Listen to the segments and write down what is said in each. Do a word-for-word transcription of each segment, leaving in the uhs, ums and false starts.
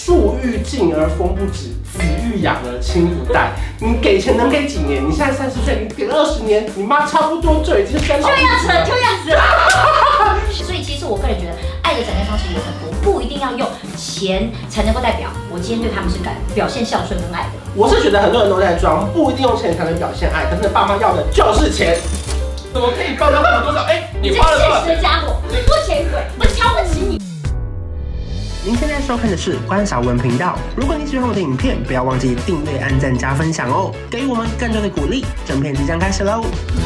树欲静而风不止，子欲养而亲不待。你给钱能给几年？你现在三十岁，你给二十年，你妈差不多就已经生老。 就样子了，就样子了。所以其实我个人觉得，爱的展现方式有很多，不一定要用钱才能够代表我今天对他们是感表现孝顺跟爱的。 我是觉得很多人都在装，不一定用钱才能表现爱，但是爸妈要的就是钱。 怎么可以报到花了多少？哎，你这花了多少现实的家伙，多钱鬼，我瞧不起你。 您现在收看的是关韶文频道。如果你喜欢我的影片，不要忘记订阅、按赞、加分享哦，给予我们更多的鼓励。整片即将开始喽！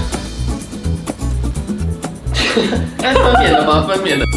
该分娩了吗？分娩了。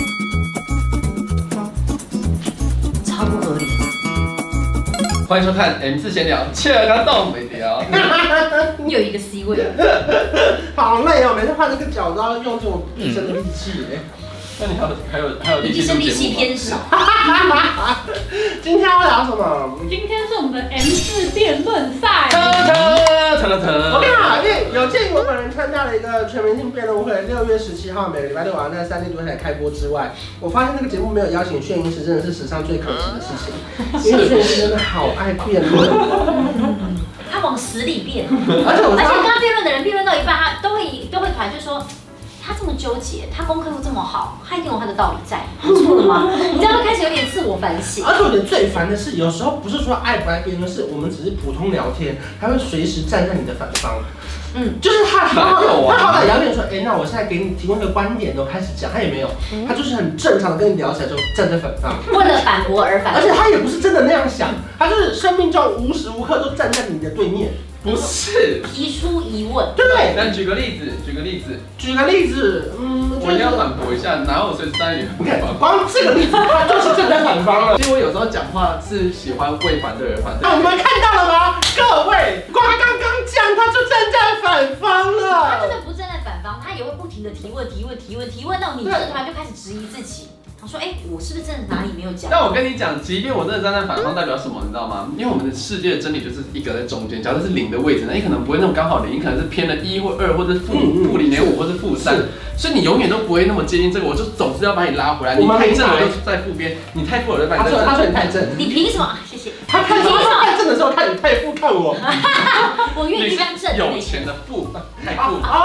超不合理。 欢迎收看 M 字闲聊，切尔刚动没聊。 又一个 C 位了。 好累哦，每次画这个角都要用这种毕生的力气耶。 那你还有还有还有力你气毕生力气偏少。 今天要聊什么？ 今天是我们的 M 字辩论赛。 腾腾腾腾。 我跟你讲，因为有鉴于我本人参加了一个全明星辩论会，六月十七号每个礼拜六晚上在三立多台开播之外，我发现那个节目没有邀请炫音师，真的是史上最可惜的事情。因为炫音师真的好爱辩论。 他往死里辩， 而且我而且跟他辩论的人辩论到一半，他都会都会团就说。他这么纠结，他功课又这么好，他一定有他的道理在，他错了吗？你这样会开始有点自我反省。 而且我觉得最烦的是，有时候不是说爱不爱辩论，是我们只是普通聊天，他会随时站在你的反方。嗯，就是他好歹他好歹也要跟你说，哎，那我现在给你提供一个观点，都开始讲，他也没有，他就是很正常的跟你聊起来，就站在反方， 为了反驳而反驳。 而且他也不是真的那样想，他就是生命中无时无刻都站在你的对面。 不是， 提出疑问。 对， 那举个例子，举个例子， 举个例子，嗯， 我一定要反驳一下，哪有随时站你反方？ 光这个例子，他就是站在反方了。 其实我有时候讲话是喜欢为反对而反对。 你们看到了吗？各位，光他刚刚讲，他就站在反方了。 他真的不站在反方，他也会不停的提问、提问、提问、提问到你这团就开始质疑自己。他说：“哎，我是不是真的哪里没有讲？” 但我跟你讲，即便我真的站在反方，代表什么，你知道吗？因为我们的世界的真理就是一个在中间，假如是零的位置，那你可能不会那么刚好零，你可能是偏了一或二，或者负负零点五，或者负三，所以你永远都不会那么接近这个，我就总是要把你拉回来。你太正，我就在负边；你太负，我就把你。他说：“ 他说你太正。” 你凭什么？谢谢。 他看说他太正的时候，看你太负，看我。 我愿意当正。 有钱的负，太负。 哦。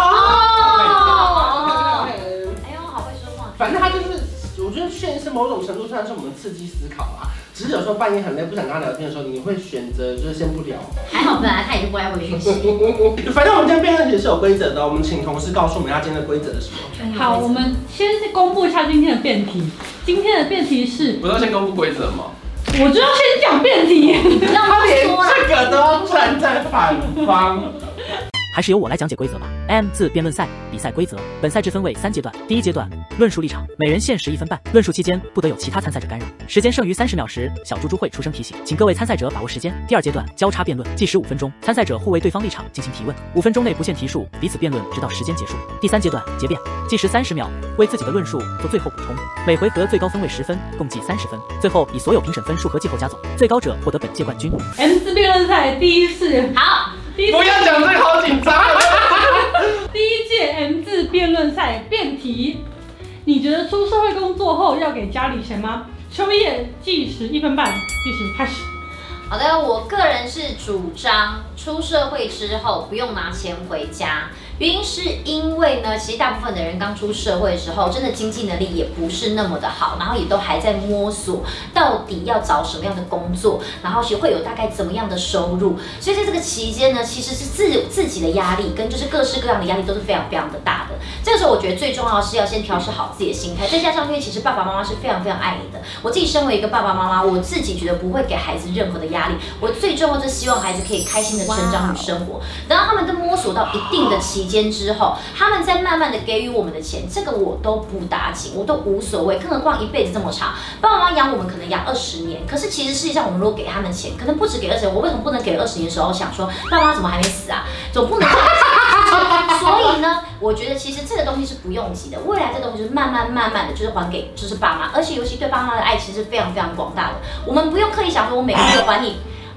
哎呦，好会说话。 反正他就是。我觉得炫是某种程度上是我们刺激思考啦，只是有时候半夜很累不想跟他聊天的时候，你会选择就是先不聊。 还好，本来他也是不爱回讯息。 反正我们今天辩论其实是有规则的，我们请同事告诉我们他今天的规则是什么。 好，我们先公布一下今天的辩题。今天的辩题是， 不是要先公布规则吗？ 我就要先讲辩题。 他连这个都要站在反方。 还是由我来讲解规则吧。M 字辩论赛比赛规则，本赛制分为三阶段。第一阶段，论述立场，每人限时一分半。论述期间不得有其他参赛者干扰。时间剩余三十秒时，小猪猪会出声提醒，请各位参赛者把握时间。第二阶段，交叉辩论，计时五分钟，参赛者互为对方立场进行提问，五分钟内不限题数，彼此辩论直到时间结束。第三阶段，结辩，计时三十秒，为自己的论述做最后补充。每回合最高分为十分，共计三十分。最后以所有评审分数和季后加总，最高者获得本届冠军。 M 字辩论赛第一次， 好， 第一次不要讲这个，好紧张。 第一届 M 字辩论赛辩题：你觉得出社会工作后要给家里钱吗？秋叶计时一分半，计时开始。 好的，我个人是主张出社会之后不用拿钱回家。原因是因为呢，其实大部分的人刚出社会的时候，真的经济能力也不是那么的好，然后也都还在摸索到底要找什么样的工作，然后是会有大概怎么样的收入。所以在这个期间呢，其实是自自己的压力跟就是各式各样的压力都是非常非常的大的。这个时候我觉得最重要的是要先调试好自己的心态，再加上因为其实爸爸妈妈是非常非常爱你的。我自己身为一个爸爸妈妈，我自己觉得不会给孩子任何的压力，我最重要就是希望孩子可以开心的成长与生活。然后他们都摸索到一定的期间之后，他们再慢慢的给予我们的钱，这个我都不打紧，我都无所谓。更何况一辈子这么长，爸爸妈妈养我们可能养二十年，可是其实实际上我们如果给他们钱，可能不止给二十年。我为什么不能给二十年的时候想说，爸妈怎么还没死啊？总不能这样。所以呢，我觉得其实这个东西是不用急的，未来这东西就是慢慢慢慢的就是还给就是爸妈，而且尤其对爸妈的爱其实是非常非常广大的。我们不用刻意想说，我每个月还你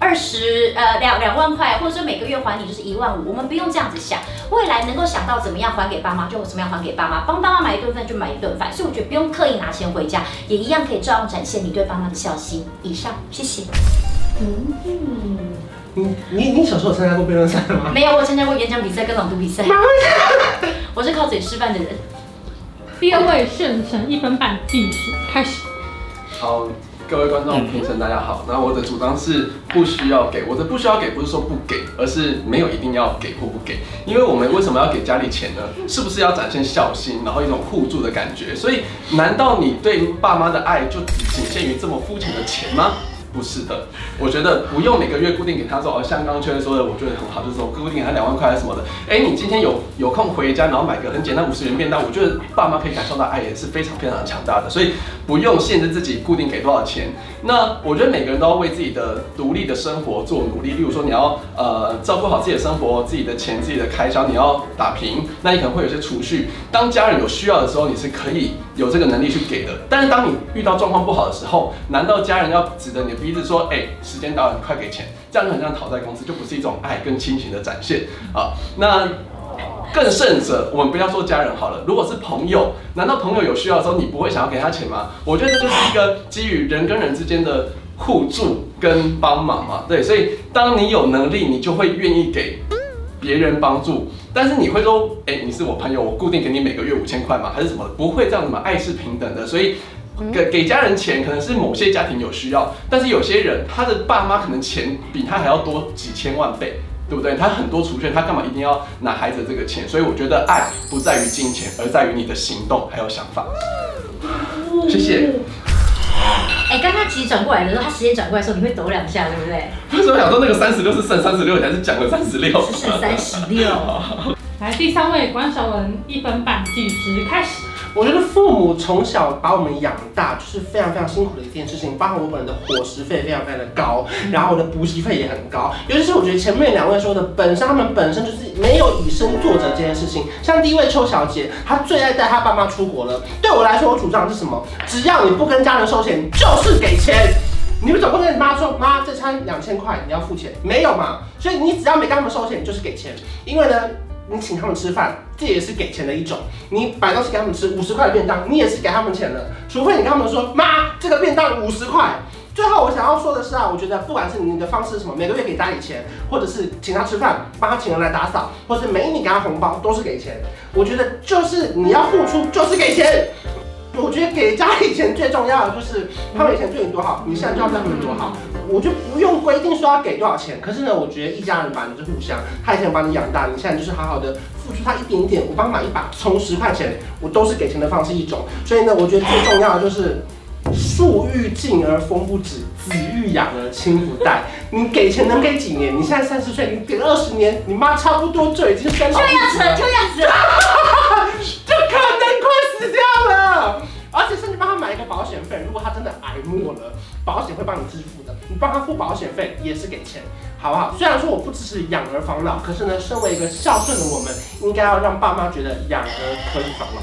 二十呃两两万块，或者说每个月还你就是一万五，我们不用这样子想，未来能够想到怎么样还给爸妈就怎么样还给爸妈，帮爸妈买一顿饭就买一顿饭，所以我觉得不用刻意拿钱回家，也一样可以照样展现你对爸妈的孝心。以上，谢谢。 嗯，你你你小时候有参加过辩论赛吗？ 没有，我参加过演讲比赛跟朗读比赛。我是靠嘴吃饭的人。 第二位炫成一分半，计时开始。 好。各位观众、评审大家好，那我的主张是不需要给，我的不需要给不是说不给，而是没有一定要给或不给，因为我们为什么要给家里钱呢？是不是要展现孝心，然后一种互助的感觉？所以难道你对爸妈的爱就只仅限于这么肤浅的钱吗？不是的，我觉得不用每个月固定给他说，哦，像刚刚确认说的，我觉得很好，就是说固定给他两万块还是什么的。哎，你今天有有空回家，然后买个很简单五十元便当，我觉得爸妈可以感受到爱也是非常非常的强大的，所以不用限制自己固定给多少钱。那我觉得每个人都要为自己的独立的生活做努力，例如说你要呃照顾好自己的生活、自己的钱、自己的开销，你要打平，那你可能会有些储蓄。当家人有需要的时候，你是可以有这个能力去给的。但是当你遇到状况不好的时候，难道家人要指着你的鼻子说，哎、欸，时间到了，你快给钱，这样就很像讨债公司，就不是一种爱跟亲情的展现啊。那更甚者，我们不要说家人好了，如果是朋友，难道朋友有需要的时候，你不会想要给他钱吗？我觉得这就是一个基于人跟人之间的互助跟帮忙嘛。对，所以当你有能力，你就会愿意给别人帮助。但是你会说，哎、欸，你是我朋友，我固定给你每个月五千块吗？还是什么的？不会这样子嘛，爱是平等的，所以。给给家人钱，可能是某些家庭有需要，但是有些人他的爸妈可能钱比他还要多几千万倍，对不对？他很多储蓄，他干嘛一定要拿孩子这个钱？所以我觉得爱不在于金钱，而在于你的行动还有想法。谢谢。 哎，刚刚其实转过来的时候，他时间转过来的时候，你会抖两下，对不对？ 为什么想说那个三十六是剩三十六，还是讲了三十六？ 是剩三十六。 来，第三位关韶文，一分半，计时开始。 我觉得父母从小把我们养大，就是非常非常辛苦的一件事情，包含我本人的伙食费非常非常的高，然后我的补习费也很高。尤其是我觉得前面两位说的，本身他们本身就是没有以身作则这件事情。像第一位邱小姐，她最爱带她爸妈出国了。对我来说，我主张的是什么？只要你不跟家人收钱，就是给钱。你们总不能跟你妈说，妈，这餐两千块，你要付钱，没有嘛？所以你只要没跟他们收钱，你就是给钱。因为呢，你请他们吃饭，这也是给钱的一种。你买东西给他们吃，五十块的便当，你也是给他们钱了。除非你跟他们说，妈，这个便当五十块。最后我想要说的是啊，我觉得不管是你的方式是什么，每个月给家里钱，或者是请他吃饭，帮他请人来打扫，或者是每一年给他红包，都是给钱。我觉得就是你要付出，就是给钱。我觉得给家里钱最重要的就是他们以前对你多好，你现在就要对他们多好。我就不用规定说要给多少钱，可是呢，我觉得一家人吧，你就互相，他以前把你养大，你现在就是好好的付出他一点点。我帮他买一把，从十块钱，我都是给钱的方式一种。所以呢，我觉得最重要的就是树欲静而风不止，子欲养而亲不待。你给钱能给几年？你现在三十岁，你给二十年，你妈差不多就已经生老就要死了，就要死了， 就可能快死掉了。而且甚至帮他买一个保险费，如果他真的癌末了，保险会帮你支付的。你帮他付保险费也是给钱，好不好？虽然说我不支持养儿防老，可是呢，身为一个孝顺的我们，应该要让爸妈觉得养儿可以防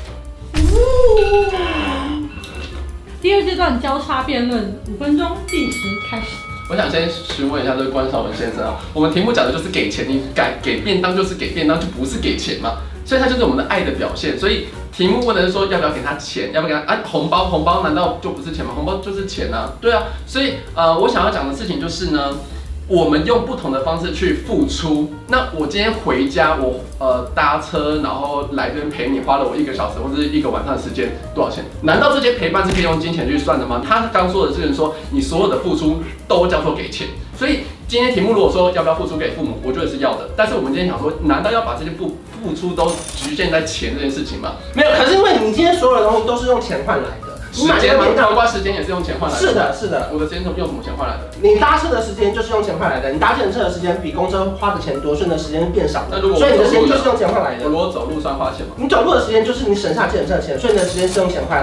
老。 第二阶段交叉辩论，五分钟计时开始。 我想先询问一下这个关韶文先生啊，我们题目讲的就是给钱，你改给便当就是给便当，就不是给钱嘛，所以它就是我们的爱的表现。所以题目问的是说要不要给他钱，要不要给他啊红包？红包难道就不是钱吗？红包就是钱啊，对啊。所以呃，我想要讲的事情就是呢，我们用不同的方式去付出。那我今天回家，我呃搭车，然后来这边陪你，花了我一个小时或者是一个晚上的时间，多少钱？难道这些陪伴是可以用金钱去算的吗？他刚说的是说，你所有的付出都叫做给钱。所以今天题目如果说要不要付出给父母，我觉得是要的。但是我们今天想说，难道要把这些付付出都局限在钱这件事情吗？ 没有，可是因为你今天所有的东西都是用钱换来的。 时间吗？包括时间也是用钱换来的。 是的，是的。 我的时间用什么钱换来的？ 你搭车的时间就是用钱换来的，你搭计程车的时间比公车花的钱多，所以你的时间变少了。 那如果所以你的时间就是用钱换来的。 我如果走路算花钱吗？ 你走路的时间就是你省下计程车的钱，所以你的时间是用钱换来的。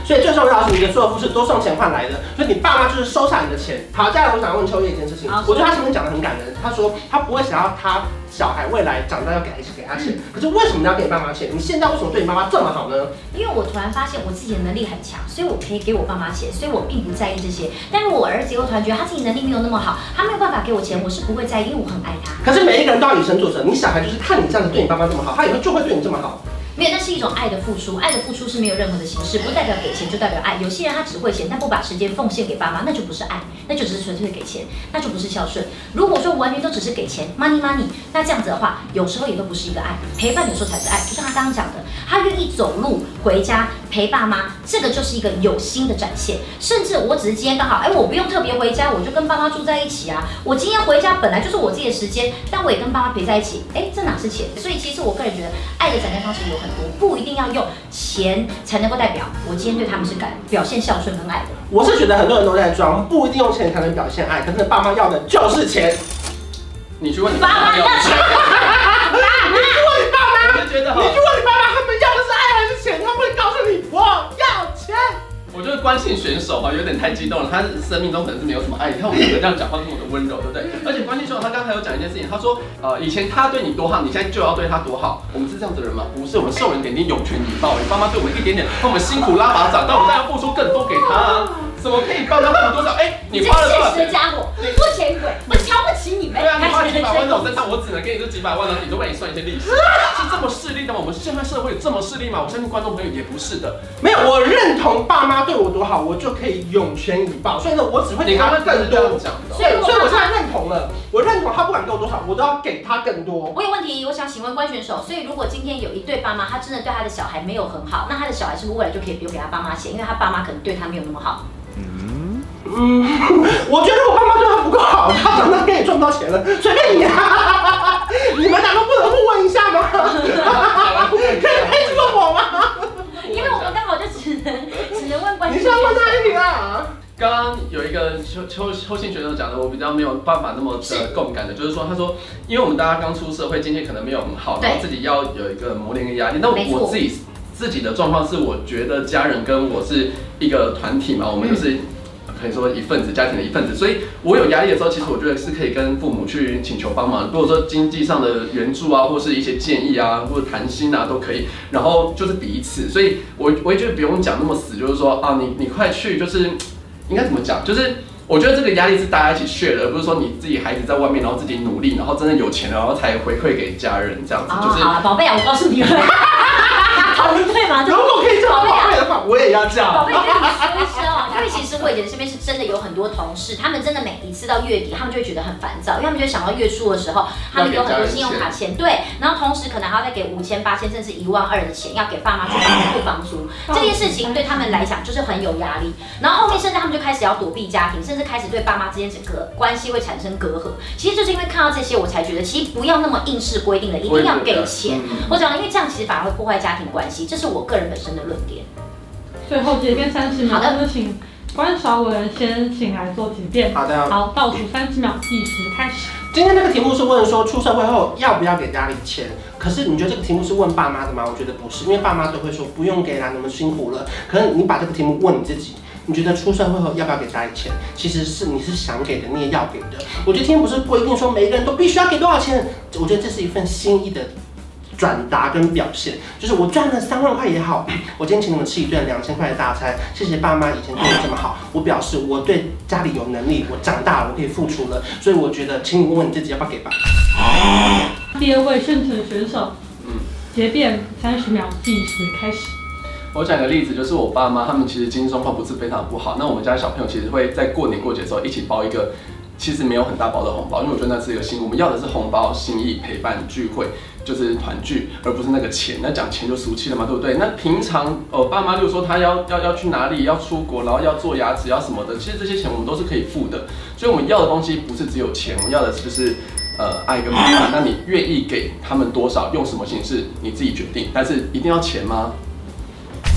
所以最重要的是你的所有付出都是用钱换来的，所以你爸妈就是收下你的钱。好，接下来我想问秋叶一件事情，我觉得他前面讲的很感人，他说他不会想要他小孩未来长大要给他给他钱，可是为什么你要给你爸妈钱？你现在为什么对你爸妈这么好呢？ 因为我突然发现我自己的能力很强，所以我可以给我爸妈钱，所以我并不在意这些。但是我儿子又突然觉得他自己能力没有那么好，他没有办法给我钱，我是不会在意，因为我很爱他。 可是每一个人都要以身作则，你小孩就是看你这样子对你爸妈这么好，他以后就会对你这么好。 没有，那是一种爱的付出。爱的付出是没有任何的形式，不代表给钱就代表爱。有些人他只会钱，但不把时间奉献给爸妈，那就不是爱，那就只是纯粹给钱，那就不是孝顺。如果说完全都只是给钱 ，money money， 那这样子的话，有时候也都不是一个爱。陪伴有时候才是爱，就像他刚刚讲的，他愿意走路回家陪爸妈，这个就是一个有心的展现。甚至我只是今天刚好，哎，我不用特别回家，我就跟爸妈住在一起啊。我今天回家本来就是我自己的时间，但我也跟爸妈陪在一起，哎，这哪是钱？所以其实我个人觉得，爱的展现方式有很多，不一定要用钱才能够代表我今天对他们是感表现孝顺跟爱的。 我是觉得很多人都在装，不一定用钱才能表现爱，可是爸妈要的就是钱。 你去问你爸妈要钱， 你去问你爸妈， 我就觉得你去问你爸妈，他们要的是爱还是钱？他们会告诉你我要钱。 我觉得关信选手哈有点太激动了，他生命中可能是没有什么爱，你看我们这样讲话这么的温柔，对不对？而且关信选手他刚刚还有讲一件事情，他说呃以前他对你多好，你现在就要对他多好。我们是这样子的人吗？不是，我们受人点滴，涌泉以报。你爸妈对我们一点点，那我们辛苦拉拔长大，我们当然要付出更多给他啊。怎么可以帮他付多少？哎、欸，你花了多少钱？ 你这现实的家伙，你不钱鬼，我瞧不起你们。 对啊，你花几百万在我身上，我只能给你这几百万呢，你都为你算一些利息，是这么势利的吗？我们现在社会有这么势利吗？我相信观众朋友也不是的。 没有，我认同爸妈对我多好，我就可以涌泉以报，所以呢，我只会给他更多。所以，所以我现在认同了，我认同他不管给我多少，我都要给他更多。 我有问题，我想请问关选手，所以如果今天有一对爸妈，他真的对他的小孩没有很好，那他的小孩是不是未来就可以不用给他爸妈钱，因为他爸妈可能对他没有那么好？ 嗯，我觉得我爸妈对他不够好，他长大跟也赚不到钱了，随便你啊！你们难道不能互问一下吗？可以可以问我吗？ 因为我们刚好就只能只能问关键。 你是要问他一题啊？ 刚刚有一个邱邱邱信学长讲的，我比较没有办法那么的共感的，就是说，他说，因为我们大家刚出社会，经济可能没有很好，然后自己要有一个磨练跟压力。那我自己自己的状况是，我觉得家人跟我是一个团体嘛，我们就是。可以说一份子，家庭的一份子，所以我有压力的时候，其实我觉得是可以跟父母去请求帮忙。如果说经济上的援助啊，或是一些建议啊，或者谈心啊，都可以。然后就是彼此，所以我我也觉得不用讲那么死，就是说啊，你你快去，就是应该怎么讲？就是我觉得这个压力是大家一起 share 的，而不是说你自己孩子在外面，然后自己努力，然后真的有钱了，然后才回馈给家人这样子。 哦、 就是好了，宝贝啊，我告诉你们。对吗？ 如果可以叫宝贝的话，我也要叫。 宝贝，跟你说一声哦，因为其实我姐身边是真的有很多同事，他们真的每一次到月底，他们就会觉得很烦躁，因为他们就会想到月初的时候，他们有很多信用卡钱，对，然后同时可能还要再给五千、八千，甚至一万二的钱要给爸妈去付房租，这件事情对他们来讲就是很有压力。然后后面甚至他们就开始要躲避家庭，甚至开始对爸妈之间这个关系会产生隔阂。其实就是因为看到这些，我才觉得其实不要那么硬式规定的，一定要给钱，或者因为这样其实反而会破坏家庭关系，这是我个人本身的论点。 最后结辩三十秒，我们请关韶文先请来做结辩。 好的。 好，倒数三十秒，计时开始。 今天这个题目是问说出社会后要不要给家里钱，可是你觉得这个题目是问爸妈的吗？我觉得不是，因为爸妈都会说不用给啦，你们辛苦了。可是你把这个题目问你自己，你觉得出社会后要不要给家里钱？其实是你是想给的，你也要给的。我觉得今天不是规定说每一个人都必须要给多少钱，我觉得这是一份心意的转达跟表现，就是我赚了三万块也好，我今天请你们吃一顿两千块的大餐，谢谢爸妈以前对我这么好，我表示我对家里有能力，我长大了，我可以付出了，所以我觉得，请你问问你自己要不要给吧。 第二位胜出的选手，嗯，结辩三十秒，计时开始。 我讲个例子，就是我爸妈他们其实经济状况不是非常不好，那我们家小朋友其实会在过年过节的时候一起包一个。其实没有很大包的红包，因为我觉得那是一个心意。我们要的是红包、心意、陪伴、聚会，就是团聚，而不是那个钱。那讲钱就俗气了嘛，对不对？那平常呃，爸妈就说他要要要去哪里，要出国，然后要做牙齿，要什么的，其实这些钱我们都是可以付的。所以我们要的东西不是只有钱，我们要的就是呃爱跟陪伴。那你愿意给他们多少，用什么形式，你自己决定。但是一定要钱吗？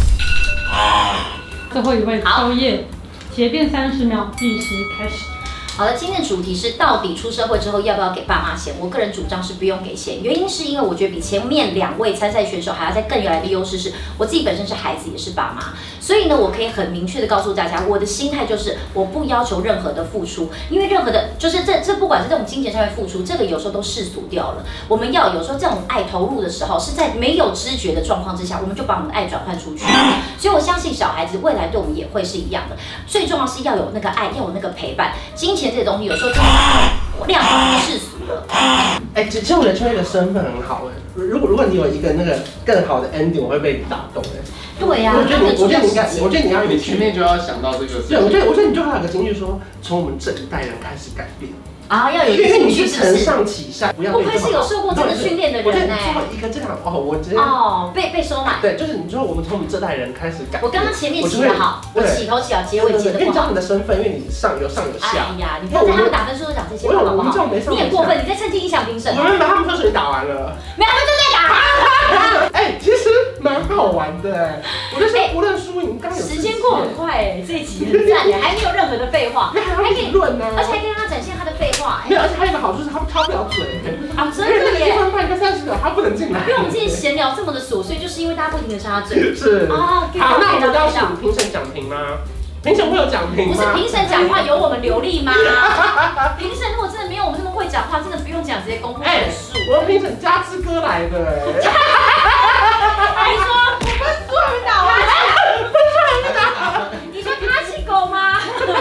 最后一位秋叶，结辩三十秒，计时开始。 好的，今天的主题是到底出社会之后要不要给爸妈钱？我个人主张是不用给钱，原因是因为我觉得比前面两位参赛选手还要再更有来的优势是，我自己本身是孩子也是爸妈，所以呢，我可以很明确的告诉大家，我的心态就是我不要求任何的付出，因为任何的，就是这这不管是这种金钱上面付出，这个有时候都世俗掉了。我们要有时候这种爱投入的时候，是在没有知觉的状况之下，我们就把我们的爱转换出去。所以我相信小孩子未来对我们也会是一样的。最重要是要有那个爱，要有那个陪伴。金钱这些东西有时候真的量化世俗了。 哎，其实我觉得秋叶的身份很好哎。如果如果你有一个那个更好的 ending， 我会被打动哎。 对呀、啊， 我觉得你，我觉得你应该，我觉得你要有你前面就要想到这个事情。 对，我觉得，我觉得你就要有个金句说，从我们这一代人开始改变。 啊，要有一个因为你是是承上启下，不要被不愧是有受过这个训练的人哎。 我一个这样哦，我直接哦被被收买。 对，就是你说我们从我们这代人开始改变。 我刚刚前面起得好，我起头起好，结尾结得不好。 因为你知道你的身份，因为你上有上有下。 哎呀，你不要在他们打分数都讲这些话好不好？你也过分，你在趁机影响评审。 我们把他们分数也打完了。 没有，他们正在打。 哎，其实蛮好玩的哎，我就说无论输赢，刚有时间过很快哎，这一集很赞哎，还没有任何的废话， 还可以论呢， 而且还可以让他展现他的废话。 没有，而且还有一个好处是他插不了嘴啊，真的耶！ 一分半一个三十秒，他不能进来。 因为我们之前闲聊这么的琐碎，就是因为大家不停的插嘴。 是啊， 好，那我们要请评审讲评吗？评审会有讲评吗？ 不是评审讲话有我们流利吗？评审如果真的没有我们那么会讲话，真的不用讲，直接公布分数。 我们评审加之歌来的。 还说我分数还没打完，分数还没打完，你说他是狗吗？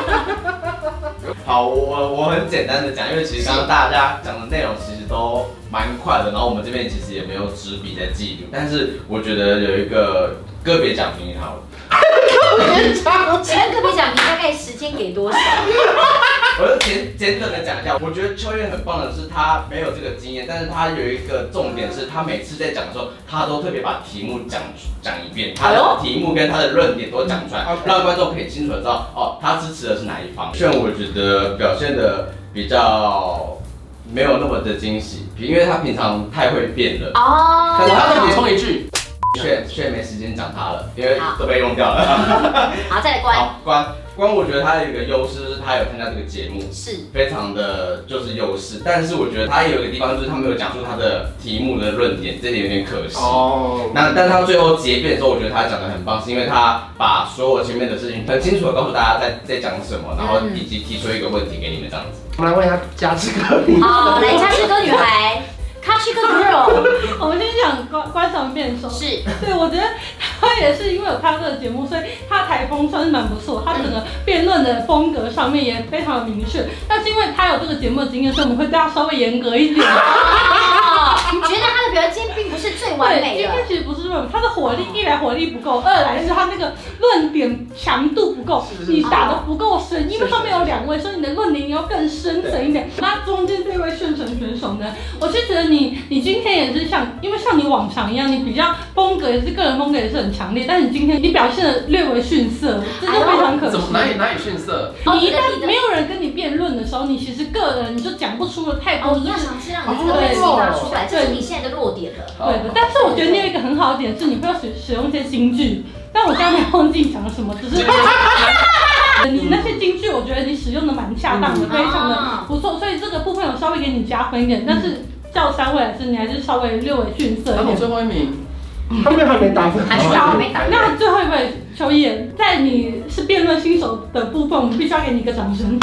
好，我我很简单的讲，因为其实刚刚大家讲的内容其实都蛮快的，然后我们这边其实也没有纸笔在记录，但是我觉得有一个个别奖评好了。 请问个别奖评大概时间给多少？ 我就简简短的讲一下，我觉得秋叶很棒的是他没有这个经验，但是他有一个重点是他每次在讲的时候，他都特别把题目讲讲一遍，他的题目跟他的论点都讲出来，让观众可以清楚的知道哦，他支持的是哪一方。虽然我觉得表现的比较没有那么的惊喜，因为他平常太会变了。 哦。 可是他再补充一句。 却却没时间讲他了，因为都被用掉了。 好，再来关。 好，关关，我觉得他有一个优势是他有参加这个节目， 是非常的就是优势。但是我觉得他有一个地方就是他没有讲出他的题目的论点，这点有点可惜。哦。那但他最后结辩的时候，我觉得他讲的很棒，是因为他把所有前面的事情很清楚的告诉大家在在讲什么，然后以及提出一个问题给你们这样子。 我们来问一下家之歌。 好，来家之歌女孩。卡西克 girl， 我们先讲关关少文辩手， 是对，我觉得他也是因为有他这个节目，所以他台风算是蛮不错，他整个辩论的风格上面也非常的明确。但是因为他有这个节目的经验，所以我们会对他稍微严格一点。 哦，你觉得他的表现并不是最完美的？ 今天其实不是论，他的火力一来火力不够，二来是他那个论点强度不够，你打的不够深，因为他们有两位，所以你的论点要更深层一点。那中间这位炫成选手呢，我就觉得你。你你今天也是像，因为像你往常一样，你比较风格也是个人风格也是很强烈，但是你今天你表现的略微逊色，这就非常可惜。 怎么哪里哪里逊色？ 你一旦没有人跟你辩论的时候，你其实个人你就讲不出了太多。 哦，你要想是让你这个东西拿出来，这是你现在的弱点了。 对的，但是我觉得你有一个很好的点是，你会使使用一些金句，但我现在没忘记讲什么，只是。你那些金句，我觉得你使用的蛮恰当的，非常的不错，所以这个部分有稍微给你加分一点，但是。叫三位来是，你还是稍微略微逊色一点。 最后一名， 他们还没打分， 还没打，还没打。 那最后一位秋叶，在你是辩论新手的部分，我们必须要给你一个掌声。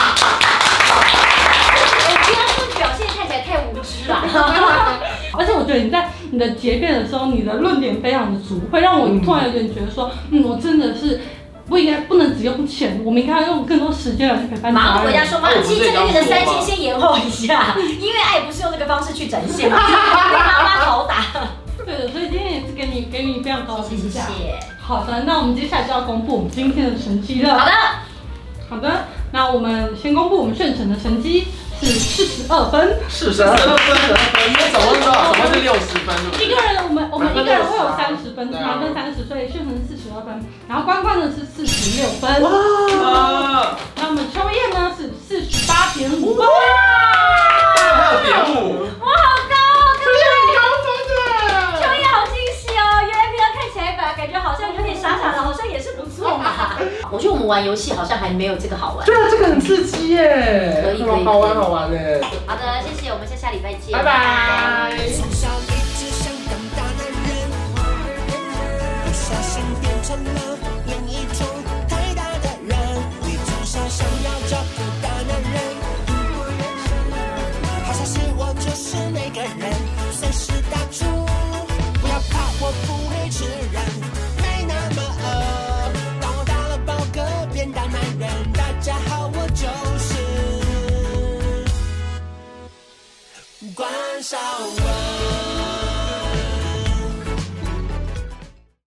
我觉得这表现看起来太无知了。 而且我觉得你在你的结辩的时候，你的论点非常的足，会让我突然有点觉得说，嗯，我真的是。不应该不能只用钱，我们应该要用更多时间来去陪伴。 马上回家说，妈，其实这个月的三千先延后一下，因为爱不是用这个方式去展现，被妈妈拷打。 对的，所以今天也是给你给你非常高的评价。 谢谢。 好的，那我们接下来就要公布我们今天的成绩了。 好的， 好的，那我们先公布我们炫成的成绩。是四十二分， 四十二分，四十二分，那总共多少？总共是六十分。 一个人，我们我们一个人会有三十分，满分三十，所以炫成是四十二分。然后关关呢是四十六分，哇！那我们秋叶呢是四十八点五分， 还有点五， 哇，好高哦，秋叶很高分的，秋叶好惊喜哦，原来平常看起来感感觉好像有点傻傻的，好像也是不错嘛。我觉得我们完。 玩游戏好像还没有这个好玩。 对啊，这个很刺激耶， 可以可以， 好玩好玩耶。 好的，谢谢，我们下下礼拜见， 拜拜。 从小一直想当大男人，不小心变成了。